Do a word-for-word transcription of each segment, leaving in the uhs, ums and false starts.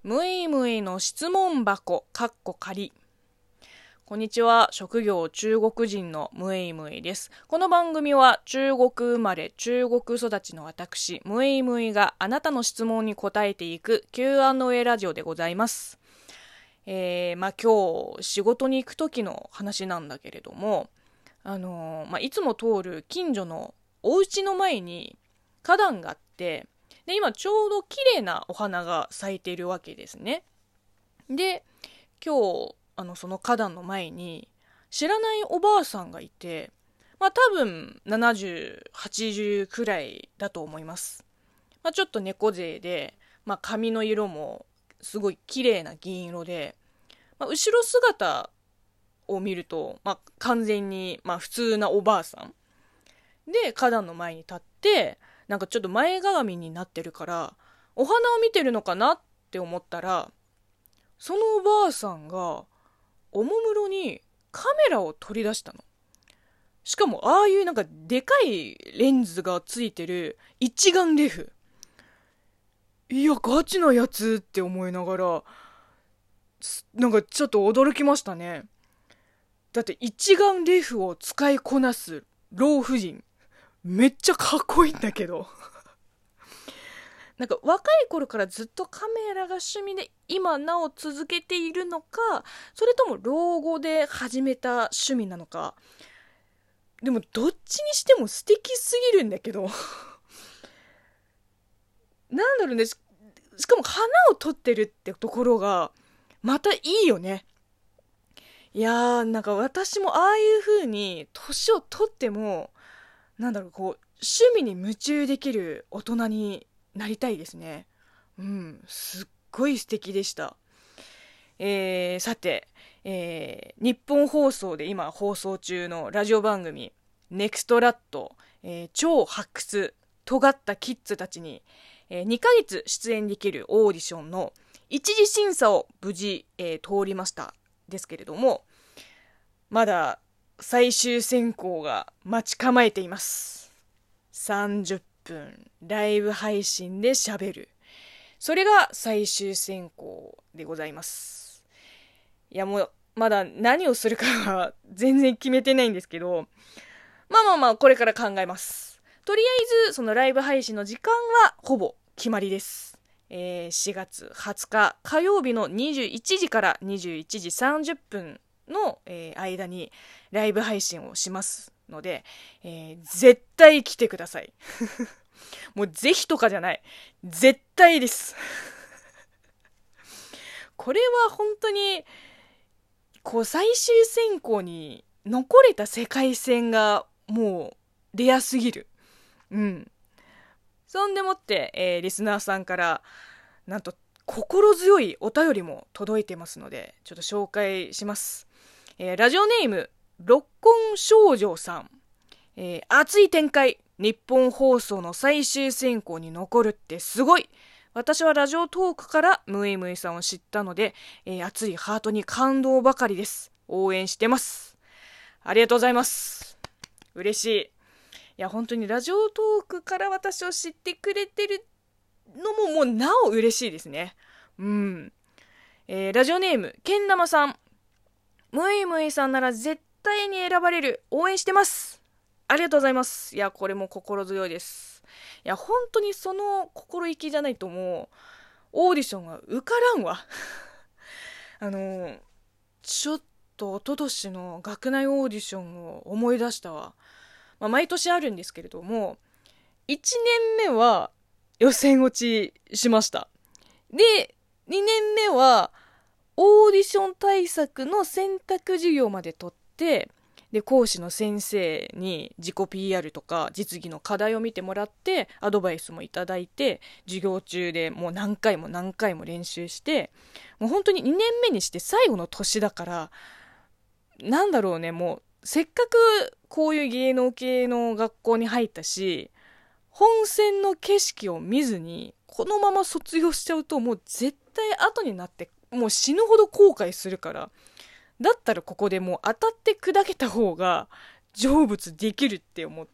むいむいの質問箱かっこ仮。こんにちは。職業中国人のむいむいです。この番組は中国生まれ中国育ちの私むいむいがあなたの質問に答えていく キューアンドエー ラジオでございます。えー、まあ今日仕事に行く時の話なんだけれども、あのー、まあいつも通る近所のお家の前に花壇があって、で今ちょうど綺麗なお花が咲いているわけですね。で今日あのその花壇の前に知らないおばあさんがいて、まあ多分ななじゅう、はちじゅうくらいだと思います。まあ、ちょっと猫背で、まあ、髪の色もすごい綺麗な銀色で、まあ、後ろ姿を見ると、まあ、完全に、まあ、普通なおばあさんで花壇の前に立って、なんかちょっと前かがみになってるからお花を見てるのかなって思ったら、そのおばあさんがおもむろにカメラを取り出したの。しかもああいうなんかでかいレンズがついてる一眼レフ。いやガチなやつって思いながら、なんかちょっと驚きましたね。だって一眼レフを使いこなす老婦人、めっちゃかっこいいんだけどなんか若い頃からずっとカメラが趣味で今なお続けているのか、それとも老後で始めた趣味なのか。でもどっちにしても素敵すぎるんだけどなんだろうね、し, しかも花を撮ってるってところがまたいいよね。いやー、なんか私もああいう風に年を取ってもなんだろう、こう趣味に夢中できる大人になりたいですね。うん、すっごい素敵でした。えー、さて、えー、日本放送で今放送中のラジオ番組ネクストラット、えー、超発掘尖ったキッズたちに、えー、にかげつ出演できるオーディションの一次審査を無事、えー、通りましたですけれども、まだ最終選考が待ち構えています。さんじゅっぷんライブ配信で喋る、それが最終選考でございます。いやもうまだ何をするかは全然決めてないんですけど、まあまあまあこれから考えます。とりあえずそのライブ配信の時間はほぼ決まりです。えー、しがつはつか火曜日のにじゅういちじからにじゅういちじさんじゅっぷんの、えー、間にライブ配信をしますので、えー、絶対来てくださいもうぜひとかじゃない、絶対ですこれは本当にこう最終選考に残れた世界線がもうレアすぎる。うん。そんでもって、えー、リスナーさんからなんと心強いお便りも届いてますので、ちょっと紹介します。えー、ラジオネーム六根少女さん、えー、熱い展開、日本放送の最終選考に残るってすごい。私はラジオトークからムイムイさんを知ったので、えー、熱いハートに感動ばかりです。応援してます。ありがとうございます。嬉しい。いや本当にラジオトークから私を知ってくれてるのももうなお嬉しいですね。うん。えー、ラジオネームけんなまさん、ムイムイさんなら絶対に選ばれる。応援してます。ありがとうございます。いやこれも心強いです。いや本当にその心意気じゃないともうオーディションが受からんわあのちょっと一昨年の学内オーディションを思い出したわ。まあ、毎年あるんですけれども、いちねんめは予選落ちしました。でにねんめはオーディション対策の選択授業まで取って、で講師の先生に自己 ピーアール とか実技の課題を見てもらってアドバイスもいただいて、授業中でもう何回も何回も練習して、もう本当ににねんめにして最後の年だから、なんだろうね、もうせっかくこういう芸能系の学校に入ったし、本戦の景色を見ずにこのまま卒業しちゃうともう絶対後になってもう死ぬほど後悔するから、だったらここでもう当たって砕けた方が成仏できるって思って、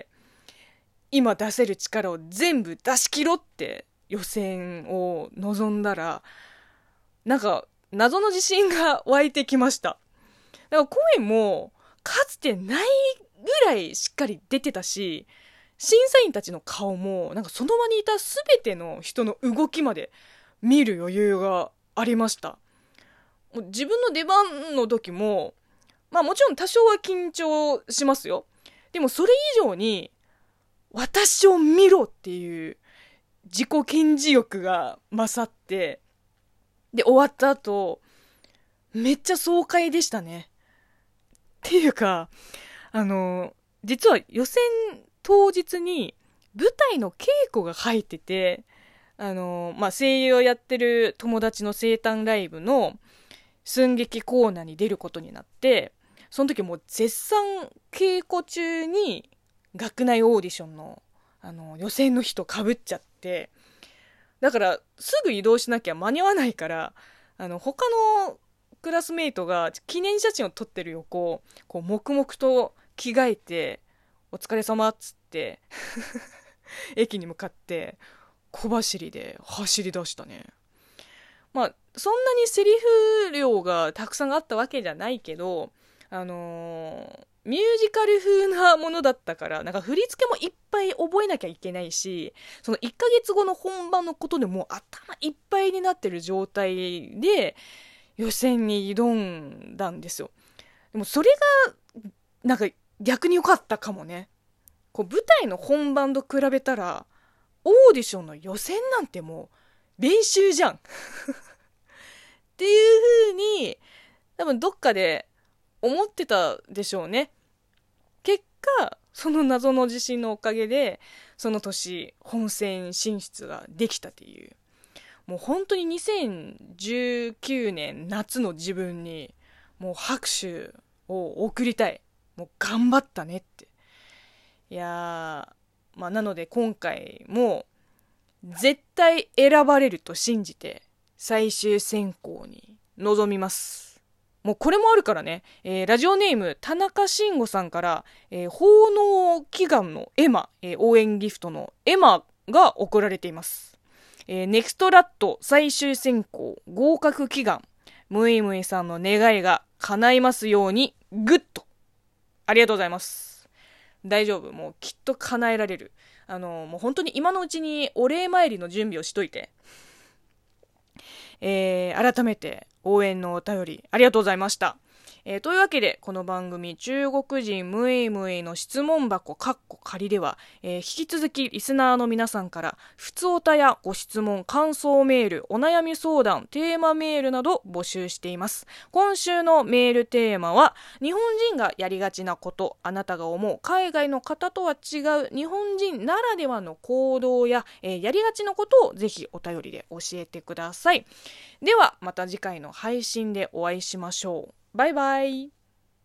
今出せる力を全部出し切ろって予選を臨んだら、 なんか謎の自信が湧いてきました。だから声もかつてないぐらいしっかり出てたし、審査員たちの顔もなんかその場にいたすべての人の動きまで見る余裕がありました。もう自分の出番の時も、まあもちろん多少は緊張しますよ。でもそれ以上に私を見ろっていう自己顕示欲が勝って、で終わった後めっちゃ爽快でしたね。っていうか、あの実は予選当日に舞台の稽古が入ってて、あのまあ声優をやってる友達の生誕ライブの寸劇コーナーに出ることになって、その時もう絶賛稽古中に学内オーディションのあの予選の日と被っちゃって、だからすぐ移動しなきゃ間に合わないから、あの他のクラスメイトが記念写真を撮ってる横をこう黙々と着替えてお疲れ様っつって駅に向かって小走りで走り出したね。まあそんなにセリフ量がたくさんあったわけじゃないけど、あのー、ミュージカル風なものだったから、なんか振り付けもいっぱい覚えなきゃいけないし、そのいっかげつごの本番のことでもう頭いっぱいになってる状態で予選に挑んだんですよ。でもそれがなんか逆に良かったかもね。こう舞台の本番と比べたらオーディションの予選なんてもう練習じゃんっていう風に多分どっかで思ってたでしょうね。結果その謎の自信のおかげでその年本戦進出ができたっていう、もう本当ににせんじゅうきゅうねん夏の自分にもう拍手を送りたい。もう頑張ったねって。いやー、まあなので今回も絶対選ばれると信じて最終選考に臨みます。もうこれもあるからね、えー、ラジオネーム田中慎吾さんから、えー、奉納祈願のエマ、えー、応援ギフトのエマが送られています。えー、ネクストラット最終選考合格祈願、ムイムイさんの願いが叶いますように、グッド。ありがとうございます。大丈夫、もうきっと叶えられる。あのもう本当に今のうちにお礼参りの準備をしといて。えー、改めて応援のお便りありがとうございました。えー、というわけでこの番組中国人ムイムイの質問箱かっこ仮では、えー、引き続きリスナーの皆さんからふつおたやご質問、感想メール、お悩み相談、テーマメールなど募集しています。今週のメールテーマは、日本人がやりがちなこと、あなたが思う海外の方とは違う日本人ならではの行動や、えー、やりがちなことをぜひお便りで教えてください。ではまた次回の配信でお会いしましょう。バイバイ。